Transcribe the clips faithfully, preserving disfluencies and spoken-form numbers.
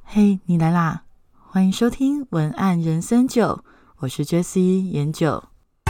嘿，你来啦！欢迎收听文案人生九，我是 Jessie 研九。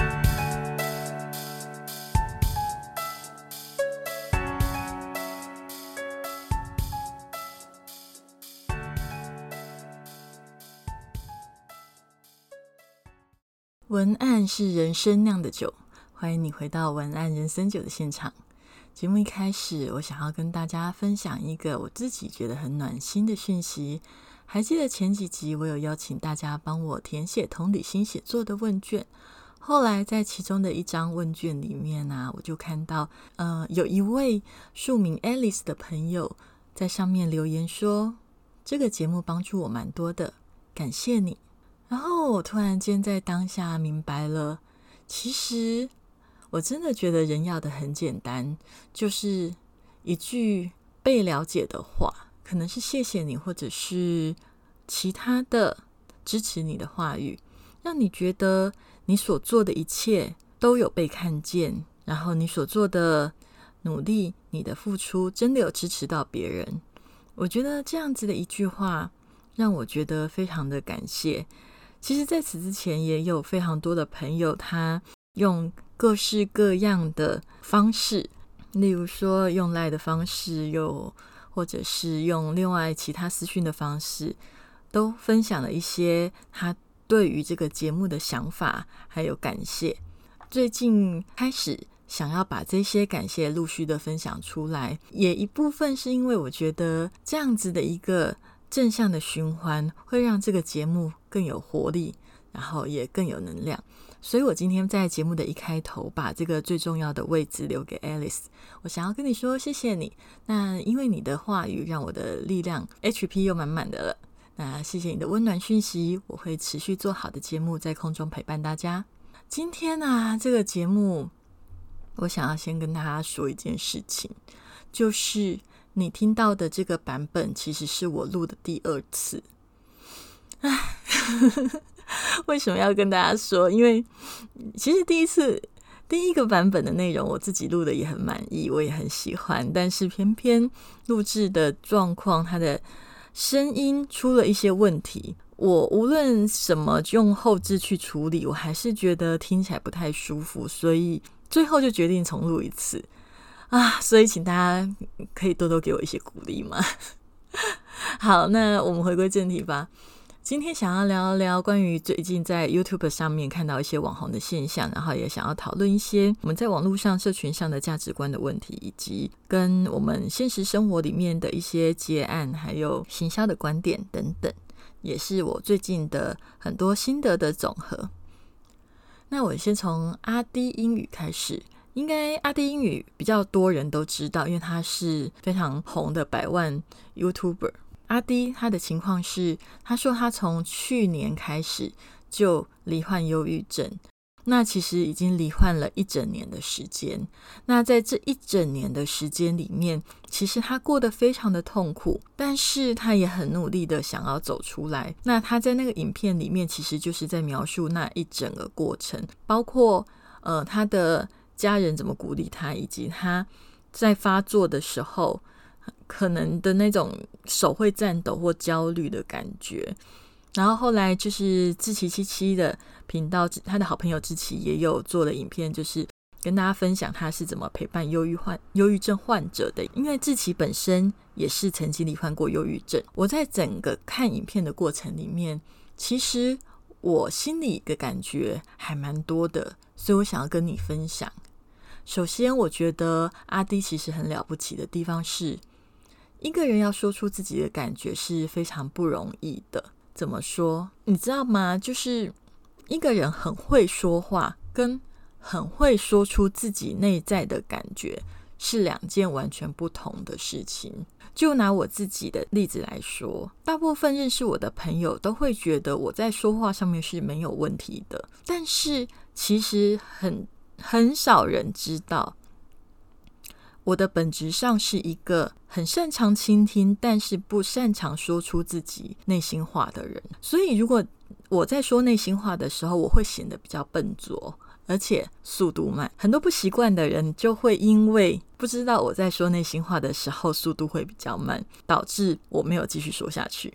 文案是人生酿的酒，欢迎你回到文案人生九的现场。节目一开始，我想要跟大家分享一个我自己觉得很暖心的讯息。还记得前几集我有邀请大家帮我填写同理心写作的问卷，后来在其中的一张问卷里面啊，我就看到呃，有一位署名 Alice 的朋友在上面留言说，这个节目帮助我蛮多的，感谢你。然后我突然间在当下明白了，其实我真的觉得人要的很简单，就是一句被了解的话，可能是谢谢你，或者是其他的支持你的话语，让你觉得你所做的一切都有被看见，然后你所做的努力，你的付出真的有支持到别人。我觉得这样子的一句话让我觉得非常的感谢。其实在此之前也有非常多的朋友，他用各式各样的方式，例如说用 LINE 的方式，又或者是用另外其他私讯的方式，都分享了一些他对于这个节目的想法还有感谢。最近开始想要把这些感谢陆续的分享出来，也一部分是因为我觉得这样子的一个正向的循环会让这个节目更有活力，然后也更有能量。所以我今天在节目的一开头把这个最重要的位置留给 Alice， 我想要跟你说谢谢你，那因为你的话语让我的力量 H P 又满满的了，那谢谢你的温暖讯息，我会持续做好的节目在空中陪伴大家。今天啊，这个节目我想要先跟大家说一件事情，就是你听到的这个版本其实是我录的第二次。唉为什么要跟大家说？因为其实第一次第一个版本的内容我自己录的也很满意，我也很喜欢，但是偏偏录制的状况，它的声音出了一些问题，我无论什么用后制去处理，我还是觉得听起来不太舒服，所以最后就决定重录一次啊！所以请大家可以多多给我一些鼓励嘛。好，那我们回归正题吧。今天想要聊聊关于最近在 YouTube 上面看到一些网红的现象，然后也想要讨论一些我们在网络上社群上的价值观的问题，以及跟我们现实生活里面的一些结案还有行销的观点等等，也是我最近的很多心得的总和。那我先从阿滴英语开始，应该阿滴英语比较多人都知道，因为他是非常红的百万 YouTuber。阿滴他的情况是，他说他从去年开始就罹患忧郁症，那其实已经罹患了一整年的时间。那在这一整年的时间里面，其实他过得非常的痛苦，但是他也很努力的想要走出来。那他在那个影片里面其实就是在描述那一整个过程，包括呃他的家人怎么鼓励他，以及他在发作的时候可能的那种手会颤抖或焦虑的感觉。然后后来就是志祺七七的频道，他的好朋友志祺也有做了影片，就是跟大家分享他是怎么陪伴忧郁患忧郁症患者的。因为志祺本身也是曾经罹患过忧郁症，我在整个看影片的过程里面，其实我心里的感觉还蛮多的，所以我想要跟你分享。首先我觉得阿滴其实很了不起的地方是，一个人要说出自己的感觉是非常不容易的。怎么说？你知道吗？就是一个人很会说话跟很会说出自己内在的感觉是两件完全不同的事情。就拿我自己的例子来说，大部分认识我的朋友都会觉得我在说话上面是没有问题的，但是其实很很少人知道我的本质上是一个很擅长倾听，但是不擅长说出自己内心话的人。所以如果我在说内心话的时候，我会显得比较笨拙，而且速度慢。很多不习惯的人就会因为不知道我在说内心话的时候速度会比较慢，导致我没有继续说下去。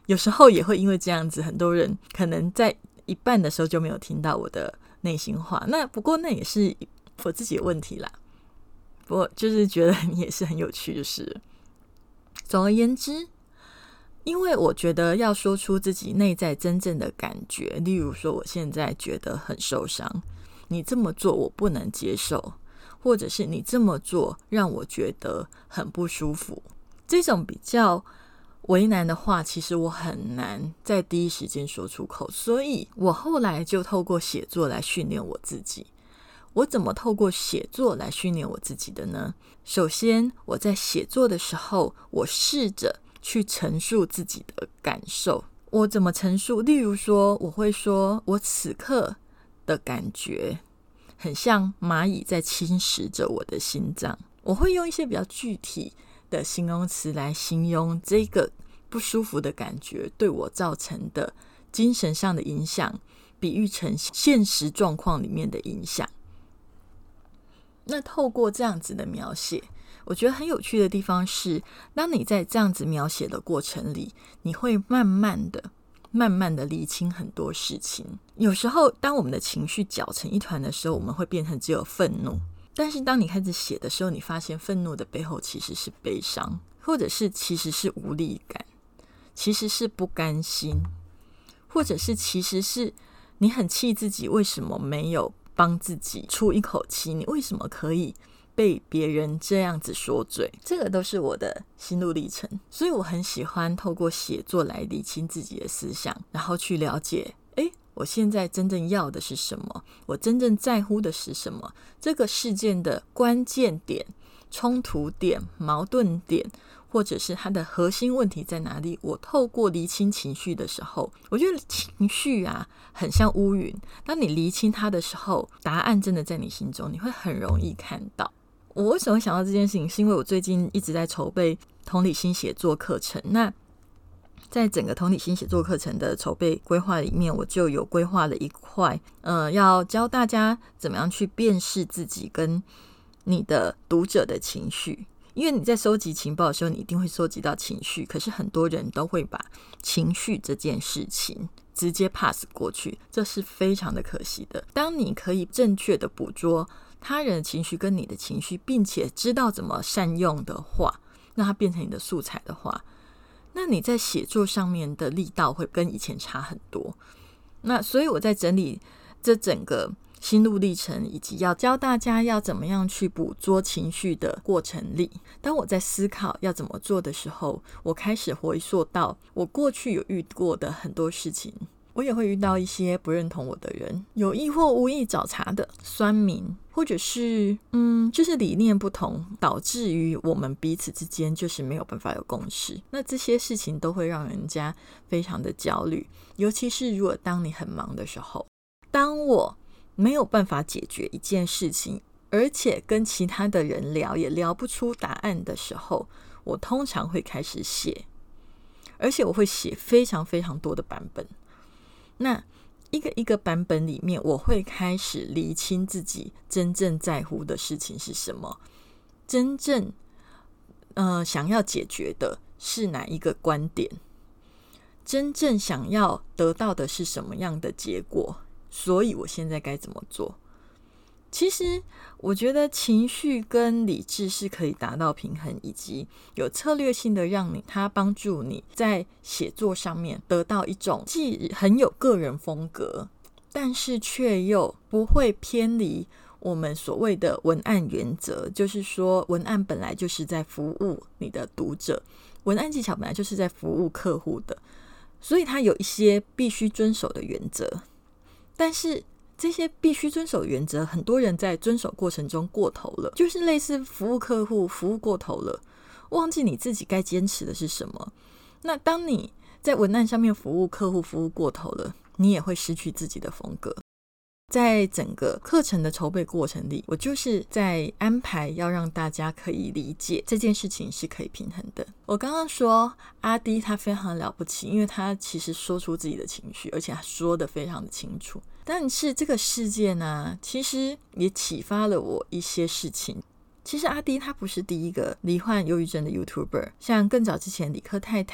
有时候也会因为这样子，很多人可能在一半的时候就没有听到我的内心话。那不过那也是我自己的问题啦。不过就是觉得你也是很有趣，就是总而言之，因为我觉得要说出自己内在真正的感觉，例如说我现在觉得很受伤，你这么做我不能接受，或者是你这么做让我觉得很不舒服，这种比较为难的话，其实我很难在第一时间说出口，所以我后来就透过写作来训练我自己。我怎么透过写作来训练我自己的呢？首先，我在写作的时候，我试着去陈述自己的感受。我怎么陈述？例如说，我会说我此刻的感觉很像蚂蚁在侵蚀着我的心脏。我会用一些比较具体的形容词来形容这个不舒服的感觉对我造成的精神上的影响，比喻成现实状况里面的影响。那透过这样子的描写，我觉得很有趣的地方是，当你在这样子描写的过程里，你会慢慢的慢慢的理清很多事情。有时候当我们的情绪搅成一团的时候，我们会变成只有愤怒，但是当你开始写的时候，你发现愤怒的背后其实是悲伤，或者是其实是无力感，其实是不甘心，或者是其实是你很气自己为什么没有帮自己出一口气，你为什么可以被别人这样子说嘴，这个都是我的心路历程。所以我很喜欢透过写作来理清自己的思想，然后去了解诶我现在真正要的是什么，我真正在乎的是什么，这个事件的关键点、冲突点、矛盾点，或者是它的核心问题在哪里。我透过厘清情绪的时候，我觉得情绪啊很像乌云，当你厘清它的时候，答案真的在你心中，你会很容易看到。我为什么会想到这件事情，是因为我最近一直在筹备同理心写作课程。那在整个同理心写作课程的筹备规划里面，我就有规划了一块，呃，要教大家怎么样去辨识自己跟你的读者的情绪。因为你在收集情报的时候，你一定会收集到情绪，可是很多人都会把情绪这件事情直接 pass 过去，这是非常的可惜的。当你可以正确的捕捉他人的情绪跟你的情绪，并且知道怎么善用的话，让它变成你的素材的话，那你在写作上面的力道会跟以前差很多。那所以我在整理这整个心路历程，以及要教大家要怎么样去捕捉情绪的过程里，当我在思考要怎么做的时候，我开始回溯到我过去有遇过的很多事情。我也会遇到一些不认同我的人，有意或无意找茬的酸民，或者是嗯，就是理念不同，导致于我们彼此之间就是没有办法有共识。那这些事情都会让人家非常的焦虑，尤其是如果当你很忙的时候。当我没有办法解决一件事情，而且跟其他的人聊也聊不出答案的时候，我通常会开始写，而且我会写非常非常多的版本。那一个一个版本里面，我会开始厘清自己真正在乎的事情是什么，真正呃想要解决的是哪一个观点，真正想要得到的是什么样的结果，所以我现在该怎么做。其实我觉得情绪跟理智是可以达到平衡，以及有策略性的让你它帮助你在写作上面得到一种既很有个人风格，但是却又不会偏离我们所谓的文案原则，就是说文案本来就是在服务你的读者，文案技巧本来就是在服务客户的，所以它有一些必须遵守的原则。但是这些必须遵守原则，很多人在遵守过程中过头了，就是类似服务客户服务过头了，忘记你自己该坚持的是什么。那当你在文案上面服务客户服务过头了，你也会失去自己的风格。在整个课程的筹备过程里，我就是在安排要让大家可以理解这件事情是可以平衡的。我刚刚说阿滴他非常了不起，因为他其实说出自己的情绪，而且他说得非常的清楚。但是这个事件呢，其实也启发了我一些事情。其实阿滴他不是第一个罹患忧郁症的 YouTuber， 像更早之前理科太太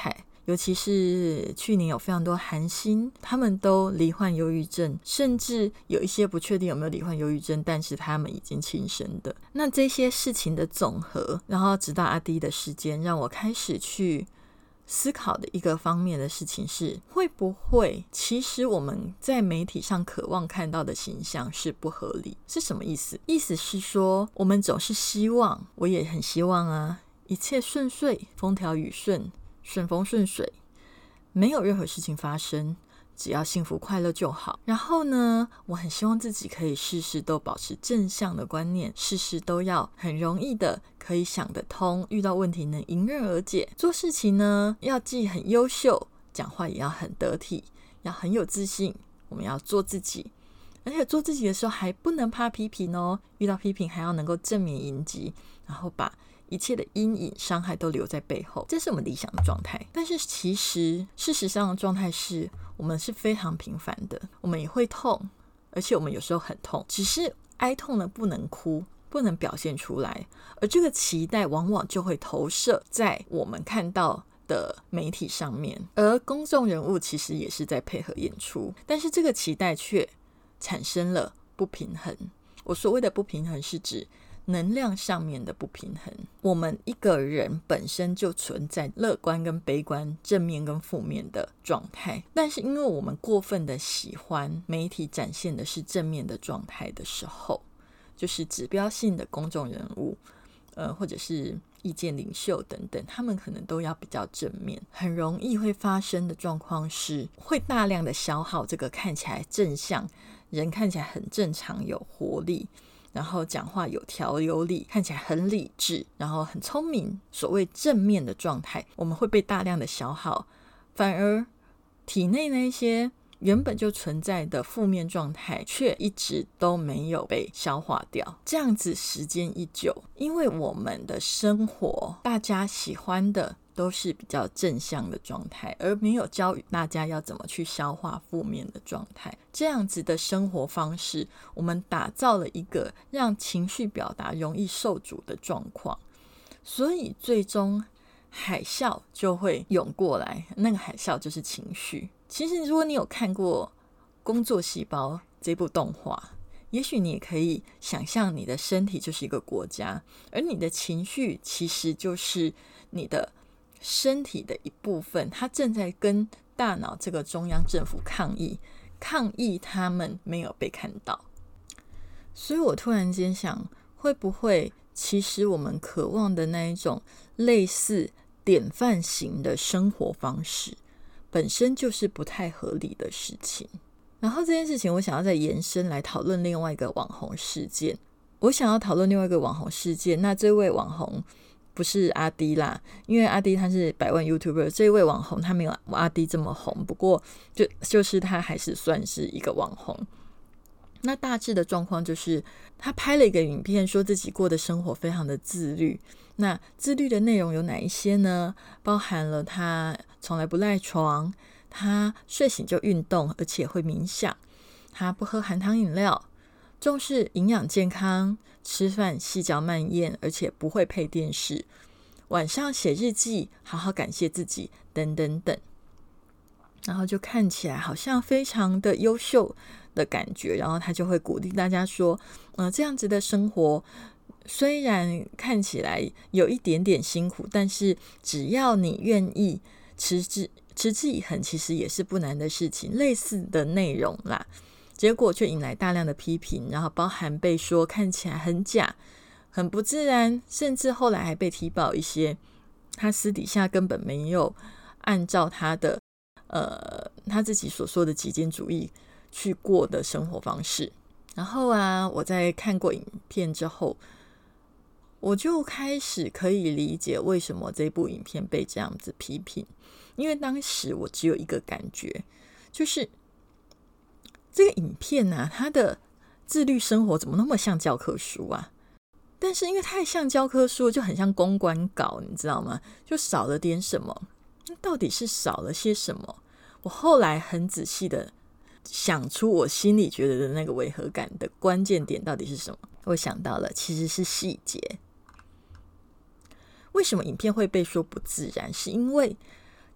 尤其是去年有非常多韩星，他们都罹患忧郁症，甚至有一些不确定有没有罹患忧郁症，但是他们已经轻生的。那这些事情的总和，然后直到阿滴的事件，让我开始去思考的一个方面的事情是，会不会其实我们在媒体上渴望看到的形象是不合理？是什么意思？意思是说，我们总是希望，我也很希望啊，一切顺遂，风调雨顺，顺风顺水，没有任何事情发生，只要幸福快乐就好。然后呢，我很希望自己可以事事都保持正向的观念，事事都要很容易的可以想得通，遇到问题能迎刃而解，做事情呢要既很优秀，讲话也要很得体，要很有自信，我们要做自己，而且做自己的时候还不能怕批评哦，遇到批评还要能够正面迎击，然后把一切的阴影伤害都留在背后，这是我们理想的状态。但是其实事实上的状态是，我们是非常平凡的，我们也会痛，而且我们有时候很痛，只是哀痛呢不能哭，不能表现出来，而这个期待往往就会投射在我们看到的媒体上面，而公众人物其实也是在配合演出，但是这个期待却产生了不平衡。我所谓的不平衡是指能量上面的不平衡。我们一个人本身就存在乐观跟悲观，正面跟负面的状态，但是因为我们过分的喜欢媒体展现的是正面的状态的时候，就是指标性的公众人物呃，或者是意见领袖等等，他们可能都要比较正面。很容易会发生的状况是，会大量的消耗这个看起来正向，人看起来很正常有活力，然后讲话有条有理，看起来很理智，然后很聪明，所谓正面的状态，我们会被大量的消耗，反而体内那些原本就存在的负面状态却一直都没有被消化掉。这样子时间一久，因为我们的生活大家喜欢的都是比较正向的状态，而没有教育大家要怎么去消化负面的状态。这样子的生活方式，我们打造了一个让情绪表达容易受阻的状况，所以最终海啸就会涌过来，那个海啸就是情绪。其实如果你有看过《工作细胞》这部动画，也许你也可以想象你的身体就是一个国家，而你的情绪其实就是你的身体的一部分，它正在跟大脑这个中央政府抗议，抗议他们没有被看到。所以我突然间想，会不会其实我们渴望的那一种类似典范型的生活方式本身就是不太合理的事情。然后这件事情我想要再延伸来讨论另外一个网红事件。我想要讨论另外一个网红事件，那这位网红不是阿滴啦，因为阿滴他是百万 YouTuber， 这位网红他没有阿滴这么红，不过就就是他还是算是一个网红。那大致的状况就是他拍了一个影片，说自己过的生活非常的自律。那自律的内容有哪一些呢？包含了他从来不赖床，他睡醒就运动，而且会冥想，他不喝含糖饮料，重视营养健康，吃饭细嚼慢咽，而且不会配电视，晚上写日记，好好感谢自己，等等等。然后就看起来好像非常的优秀的感觉，然后他就会鼓励大家说，呃，这样子的生活虽然看起来有一点点辛苦，但是只要你愿意持之持之以恒，其实也是不难的事情，类似的内容啦。结果却引来大量的批评，然后包含被说看起来很假，很不自然，甚至后来还被提报一些他私底下根本没有按照他的呃他自己所说的极简主义去过的生活方式。然后啊，我在看过影片之后，我就开始可以理解为什么这部影片被这样子批评。因为当时我只有一个感觉，就是这个影片啊，它的自律生活怎么那么像教科书啊？但是因为太像教科书，就很像公关稿，你知道吗？就少了点什么。那到底是少了些什么？我后来很仔细的想出我心里觉得的那个违和感的关键点到底是什么。我想到了，其实是细节。为什么影片会被说不自然？是因为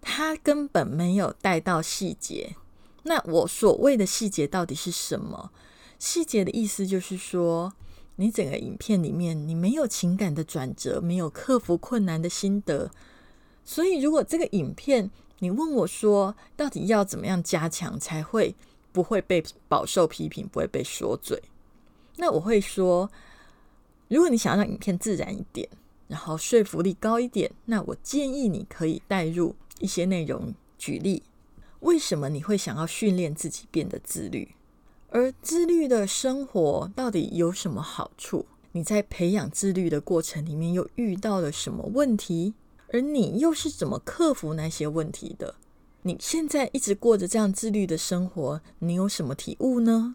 他根本没有带到细节。那我所谓的细节到底是什么？细节的意思就是说，你整个影片里面你没有情感的转折，没有克服困难的心得。所以如果这个影片你问我说到底要怎么样加强才会不会被饱受批评，不会被说嘴，那我会说，如果你想要让影片自然一点，然后说服力高一点，那我建议你可以带入一些内容，举例为什么你会想要训练自己变得自律，而自律的生活到底有什么好处，你在培养自律的过程里面又遇到了什么问题，而你又是怎么克服那些问题的。你现在一直过着这样自律的生活，你有什么体悟呢？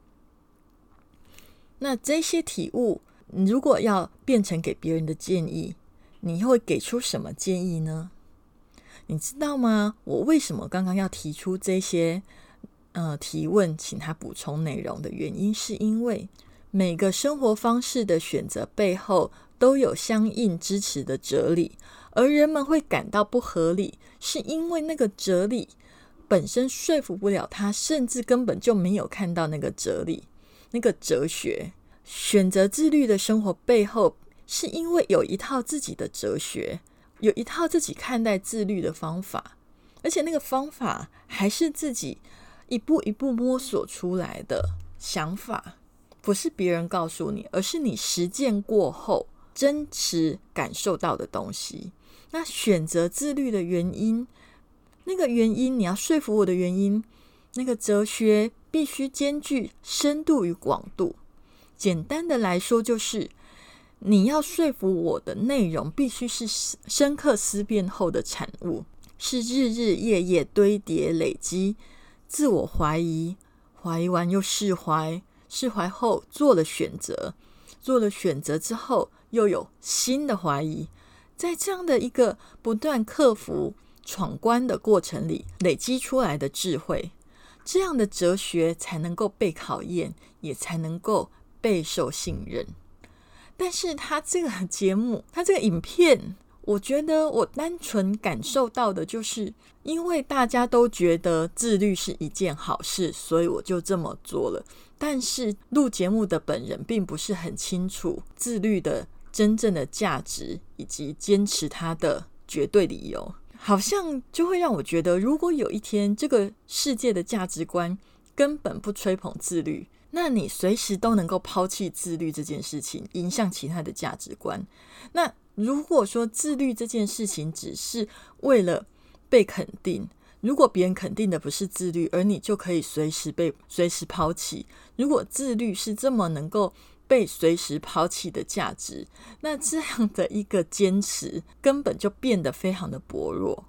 那这些体悟你如果要变成给别人的建议，你会给出什么建议呢？你知道吗？我为什么刚刚要提出这些呃提问，请他补充内容的原因，是因为每个生活方式的选择背后都有相应支持的哲理，而人们会感到不合理，是因为那个哲理本身说服不了他，甚至根本就没有看到那个哲理，那个哲学。选择自律的生活背后，是因为有一套自己的哲学，有一套自己看待自律的方法，而且那个方法还是自己一步一步摸索出来的想法，不是别人告诉你，而是你实践过后真实感受到的东西。那选择自律的原因，那个原因你要说服我的原因，那个哲学必须兼具深度与广度。简单的来说，就是你要说服我的内容必须是深刻思辨后的产物，是日日夜夜堆叠累积，自我怀疑，怀疑完又释怀，释怀后做了选择，做了选择之后又有新的怀疑，在这样的一个不断克服闯关的过程里累积出来的智慧，这样的哲学才能够被考验，也才能够备受信任。但是他这个节目，他这个影片，我觉得我单纯感受到的就是，因为大家都觉得自律是一件好事，所以我就这么做了。但是录节目的本人并不是很清楚自律的真正的价值，以及坚持它的绝对理由，好像就会让我觉得，如果有一天这个世界的价值观根本不吹捧自律，那你随时都能够抛弃自律这件事情，影响其他的价值观。那如果说自律这件事情只是为了被肯定，如果别人肯定的不是自律，而你就可以随时被随时抛弃，如果自律是这么能够被随时抛弃的价值，那这样的一个坚持根本就变得非常的薄弱。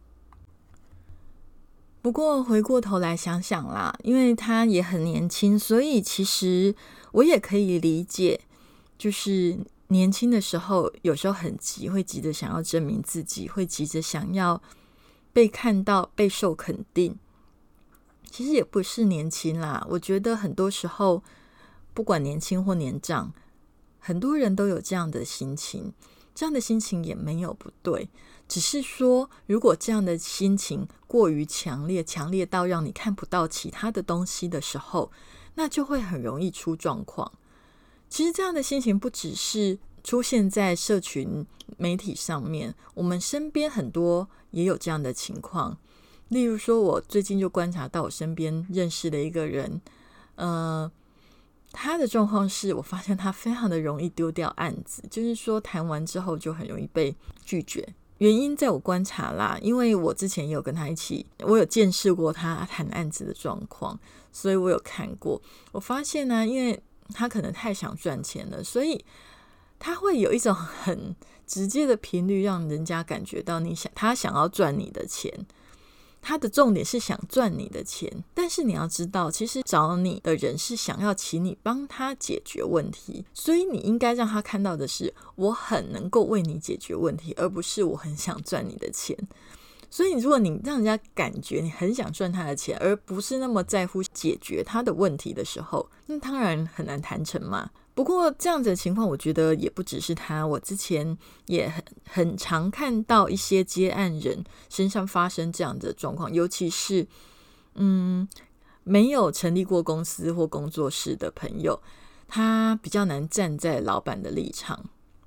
不过回过头来想想啦，因为他也很年轻，所以其实我也可以理解，就是年轻的时候有时候很急，会急着想要证明自己，会急着想要被看到，被受肯定。其实也不是年轻啦，我觉得很多时候不管年轻或年长，很多人都有这样的心情，这样的心情也没有不对，只是说如果这样的心情过于强烈，强烈到让你看不到其他的东西的时候，那就会很容易出状况。其实这样的心情不只是出现在社群媒体上面，我们身边很多也有这样的情况。例如说，我最近就观察到我身边认识的一个人，呃他的状况是，我发现他非常的容易丢掉案子，就是说谈完之后就很容易被拒绝。原因在我观察啦，因为我之前也有跟他一起，我有见识过他谈案子的状况，所以我有看过。我发现呢，因为他可能太想赚钱了，所以他会有一种很直接的频率，让人家感觉到你想他想要赚你的钱。他的重点是想赚你的钱，但是你要知道，其实找你的人是想要请你帮他解决问题，所以你应该让他看到的是，我很能够为你解决问题，而不是我很想赚你的钱。所以如果你让人家感觉你很想赚他的钱，而不是那么在乎解决他的问题的时候，那当然很难谈成嘛。 不过这样子的情况我觉得也不只是他，我之前也很很常看到一些接案人身上发生这样的状况，尤其是嗯没有成立过公司或工作室的朋友，他比较难站在老板的立场。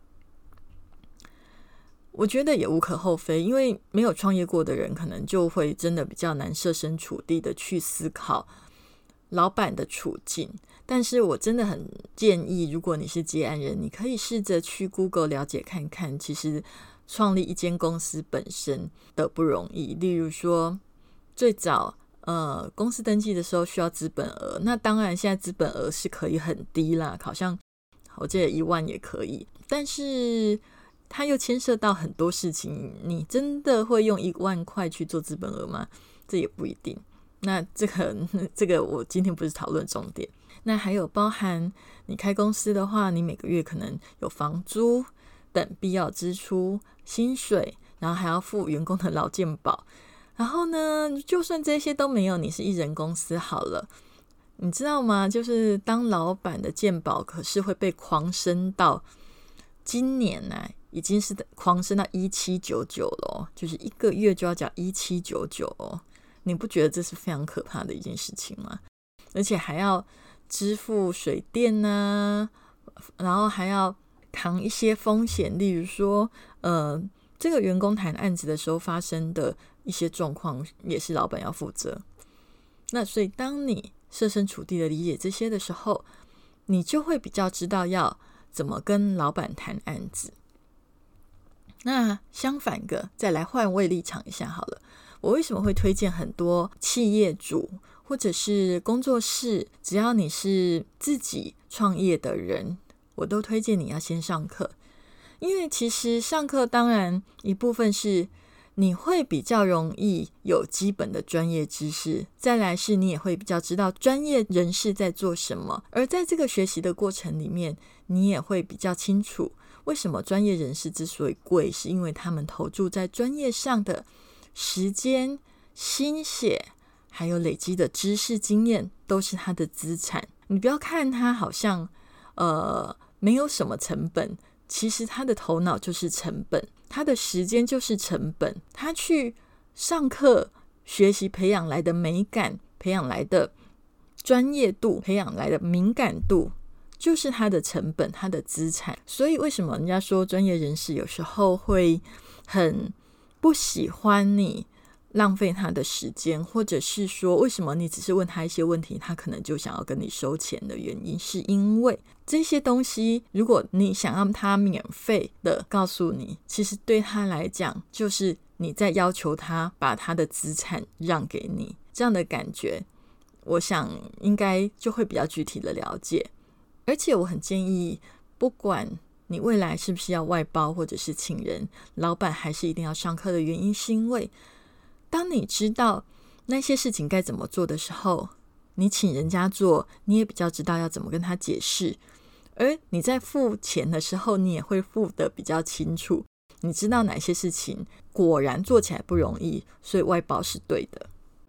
我觉得也无可厚非，因为没有创业过的人可能就会真的比较难设身处地的去思考老板的处境。但是我真的很建议，如果你是接案人，你可以试着去 Google 了解看看，其实创立一间公司本身的不容易。例如说最早呃公司登记的时候需要资本额，那当然现在资本额是可以很低啦，好像我记得一万也可以，但是它又牵涉到很多事情，你真的会用一万块去做资本额吗？这也不一定。那这个这个我今天不是讨论重点。那还有包含你开公司的话，你每个月可能有房租等必要支出、薪水，然后还要付员工的劳健保。然后呢，就算这些都没有，你是一人公司好了，你知道吗？就是当老板的健保可是会被狂升到今年啊已经是狂升到一七九九了，就是一个月就要缴一七九九哦。你不觉得这是非常可怕的一件事情吗？而且还要支付水电啊，然后还要扛一些风险，例如说呃，这个员工谈案子的时候发生的一些状况也是老板要负责。那所以当你设身处地的理解这些的时候，你就会比较知道要怎么跟老板谈案子。那相反的，再来换位立场一下好了，我为什么会推荐很多企业主或者是工作室，只要你是自己创业的人，我都推荐你要先上课。因为其实上课当然一部分是你会比较容易有基本的专业知识，再来是你也会比较知道专业人士在做什么，而在这个学习的过程里面，你也会比较清楚为什么专业人士之所以贵，是因为他们投注在专业上的时间、心血还有累积的知识经验都是他的资产。你不要看他好像呃没有什么成本，其实他的头脑就是成本，他的时间就是成本，他去上课学习培养来的美感，培养来的专业度，培养来的敏感度，就是他的成本，他的资产。所以为什么人家说专业人士有时候会很不喜欢你浪费他的时间，或者是说为什么你只是问他一些问题，他可能就想要跟你收钱的原因，是因为这些东西如果你想让他免费的告诉你，其实对他来讲就是你在要求他把他的资产让给你，这样的感觉我想应该就会比较具体的了解。而且我很建议，不管你未来是不是要外包或者是请人，老板还是一定要上课的原因，是因为当你知道那些事情该怎么做的时候，你请人家做，你也比较知道要怎么跟他解释，而你在付钱的时候，你也会付得比较清楚，你知道哪些事情果然做起来不容易，所以外包是对的。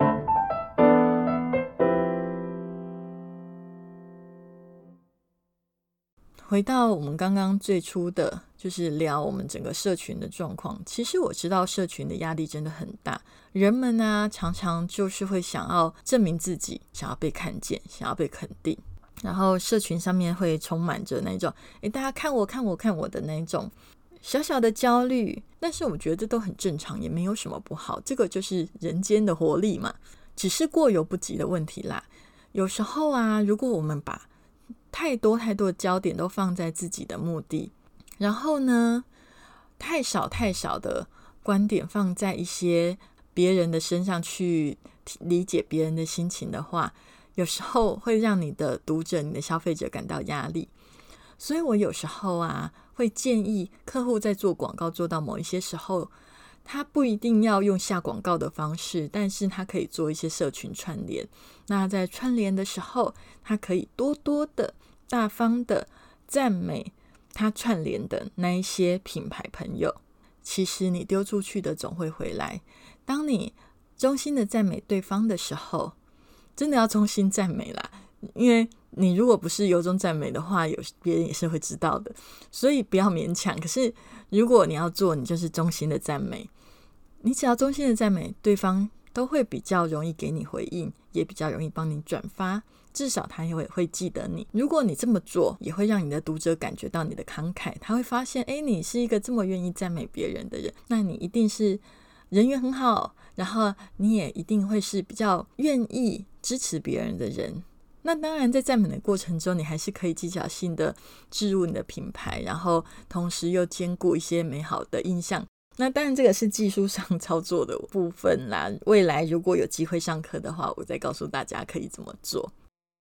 回到我们刚刚最初的就是聊我们整个社群的状况，其实我知道社群的压力真的很大，人们啊常常就是会想要证明自己，想要被看见，想要被肯定，然后社群上面会充满着那种诶大家看我看我看我的那种小小的焦虑，但是我觉得这都很正常，也没有什么不好，这个就是人间的活力嘛，只是过犹不及的问题啦。有时候啊，如果我们把太多太多的焦点都放在自己的目的，然后呢太少太少的观点放在一些别人的身上去理解别人的心情的话，有时候会让你的读者你的消费者感到压力。所以我有时候啊会建议客户在做广告做到某一些时候，他不一定要用下广告的方式，但是他可以做一些社群串联。那在串联的时候，他可以多多的大方的赞美他串联的那一些品牌朋友。其实你丢出去的总会回来，当你衷心的赞美对方的时候，真的要衷心赞美啦，因为你如果不是由衷赞美的话，有别人也是会知道的，所以不要勉强。可是如果你要做，你就是衷心的赞美，你只要衷心的赞美，对方都会比较容易给你回应，也比较容易帮你转发，至少他也会会记得你。如果你这么做，也会让你的读者感觉到你的慷慨，他会发现诶，你是一个这么愿意赞美别人的人，那你一定是人缘很好，然后你也一定会是比较愿意支持别人的人。那当然在赞美的过程中，你还是可以技巧性的置入你的品牌，然后同时又兼顾一些美好的印象。那当然这个是技术上操作的部分啦，未来如果有机会上课的话，我再告诉大家可以怎么做。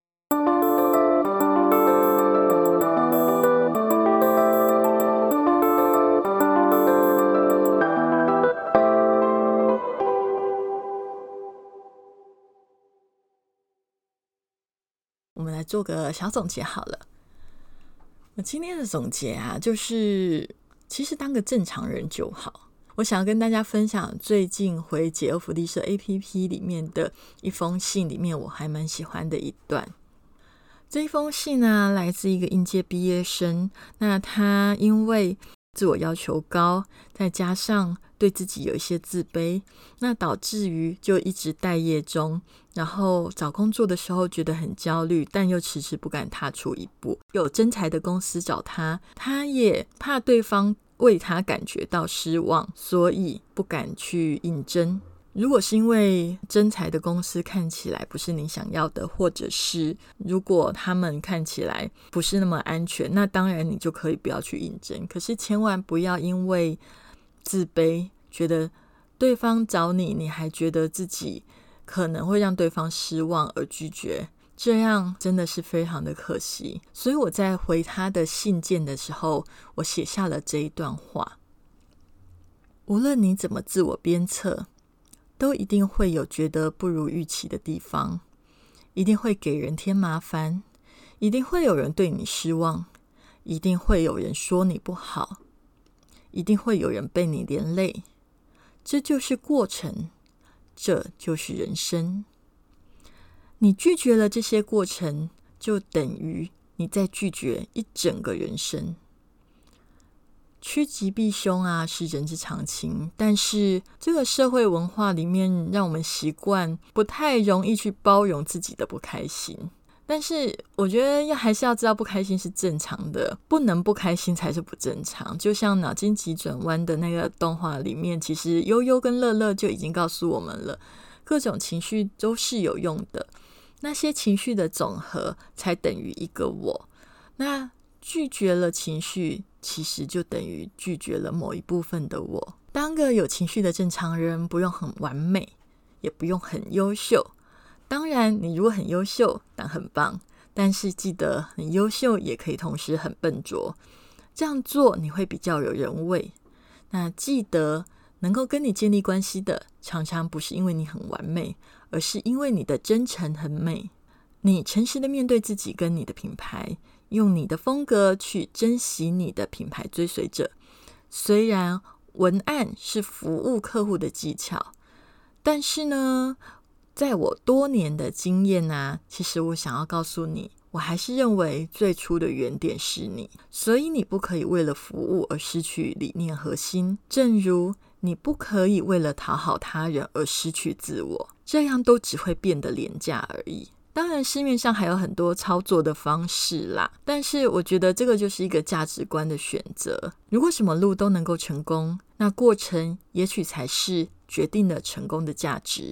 我们来做个小总结好了。我今天的总结啊，就是其实当个正常人就好。我想要跟大家分享最近回解忧福利社 A P P 里面的一封信，里面我还蛮喜欢的一段。这一封信呢，来自一个应届毕业生，那他因为自我要求高，再加上对自己有一些自卑，那导致于就一直待业中，然后找工作的时候觉得很焦虑，但又迟迟不敢踏出一步。有真才的公司找他，他也怕对方为他感觉到失望，所以不敢去应征。如果是因为真才的公司看起来不是你想要的，或者是如果他们看起来不是那么安全，那当然你就可以不要去应征。可是千万不要因为自卑，觉得对方找你，你还觉得自己可能会让对方失望而拒绝，这样真的是非常的可惜。所以我在回他的信件的时候，我写下了这一段话：无论你怎么自我鞭策，都一定会有觉得不如预期的地方，一定会给人添麻烦，一定会有人对你失望，一定会有人说你不好，一定会有人被你连累。这就是过程，这就是人生。你拒绝了这些过程，就等于你在拒绝一整个人生。趋吉避凶啊，是人之常情，但是这个社会文化里面让我们习惯不太容易去包容自己的不开心。但是我觉得要还是要知道不开心是正常的，不能不开心才是不正常。就像脑筋急转弯的那个动画里面，其实悠悠跟乐乐就已经告诉我们了，各种情绪都是有用的，那些情绪的总和才等于一个我。那拒绝了情绪，其实就等于拒绝了某一部分的我。当个有情绪的正常人，不用很完美，也不用很优秀。当然你如果很优秀，但很棒，但是记得很优秀也可以同时很笨拙，这样做你会比较有人味。那记得能够跟你建立关系的，常常不是因为你很完美，而是因为你的真诚很美。你诚实的面对自己跟你的品牌，用你的风格去珍惜你的品牌追随者。虽然文案是服务客户的技巧，但是呢，在我多年的经验啊，其实我想要告诉你，我还是认为最初的原点是你，所以你不可以为了服务而失去理念核心，正如你不可以为了讨好他人而失去自我，这样都只会变得廉价而已。当然市面上还有很多操作的方式啦，但是我觉得这个就是一个价值观的选择。如果什么路都能够成功，那过程也许才是决定了成功的价值。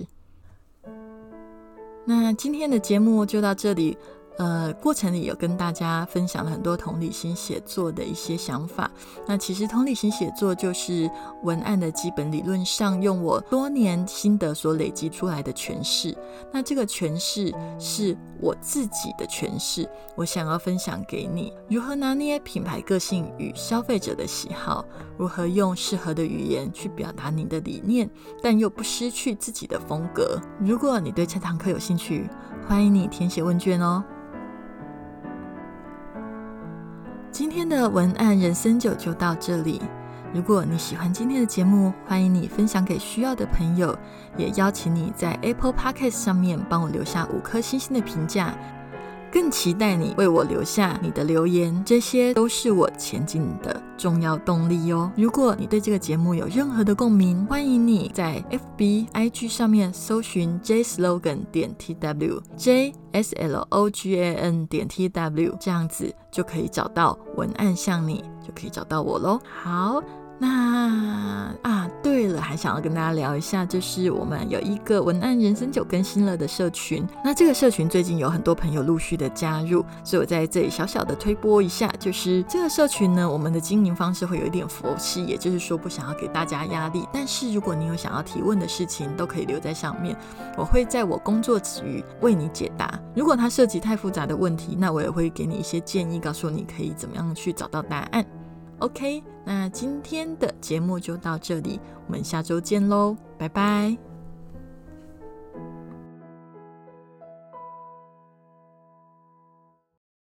那今天的节目就到这里，呃，过程里有跟大家分享了很多同理心写作的一些想法。那其实同理心写作就是文案的基本理论上用我多年心得所累积出来的诠释。那这个诠释是我自己的诠释，我想要分享给你，如何拿捏品牌个性与消费者的喜好，如何用适合的语言去表达你的理念，但又不失去自己的风格。如果你对这堂课有兴趣，欢迎你填写问卷哦。今天的文案人生九就到这里。如果你喜欢今天的节目，欢迎你分享给需要的朋友，也邀请你在 Apple Podcast 上面帮我留下五颗星星的评价。更更期待你为我留下你的留言，这些都是我前进的重要动力哦。如果你对这个节目有任何的共鸣，欢迎你在 F B I G 上面搜寻 J Slogan 点 T W J S L O G A N 点 T W， 这样子就可以找到文案像你，就可以找到我咯。好，那啊，对了，还想要跟大家聊一下，就是我们有一个文案人生九更新了的社群。那这个社群最近有很多朋友陆续的加入，所以我在这里小小的推播一下，就是这个社群呢，我们的经营方式会有一点佛系，也就是说不想要给大家压力，但是如果你有想要提问的事情，都可以留在上面，我会在我工作之余为你解答。如果它涉及太复杂的问题，那我也会给你一些建议，告诉你可以怎么样去找到答案。OK， 那今天的节目就到这里，我们下周见咯，拜拜。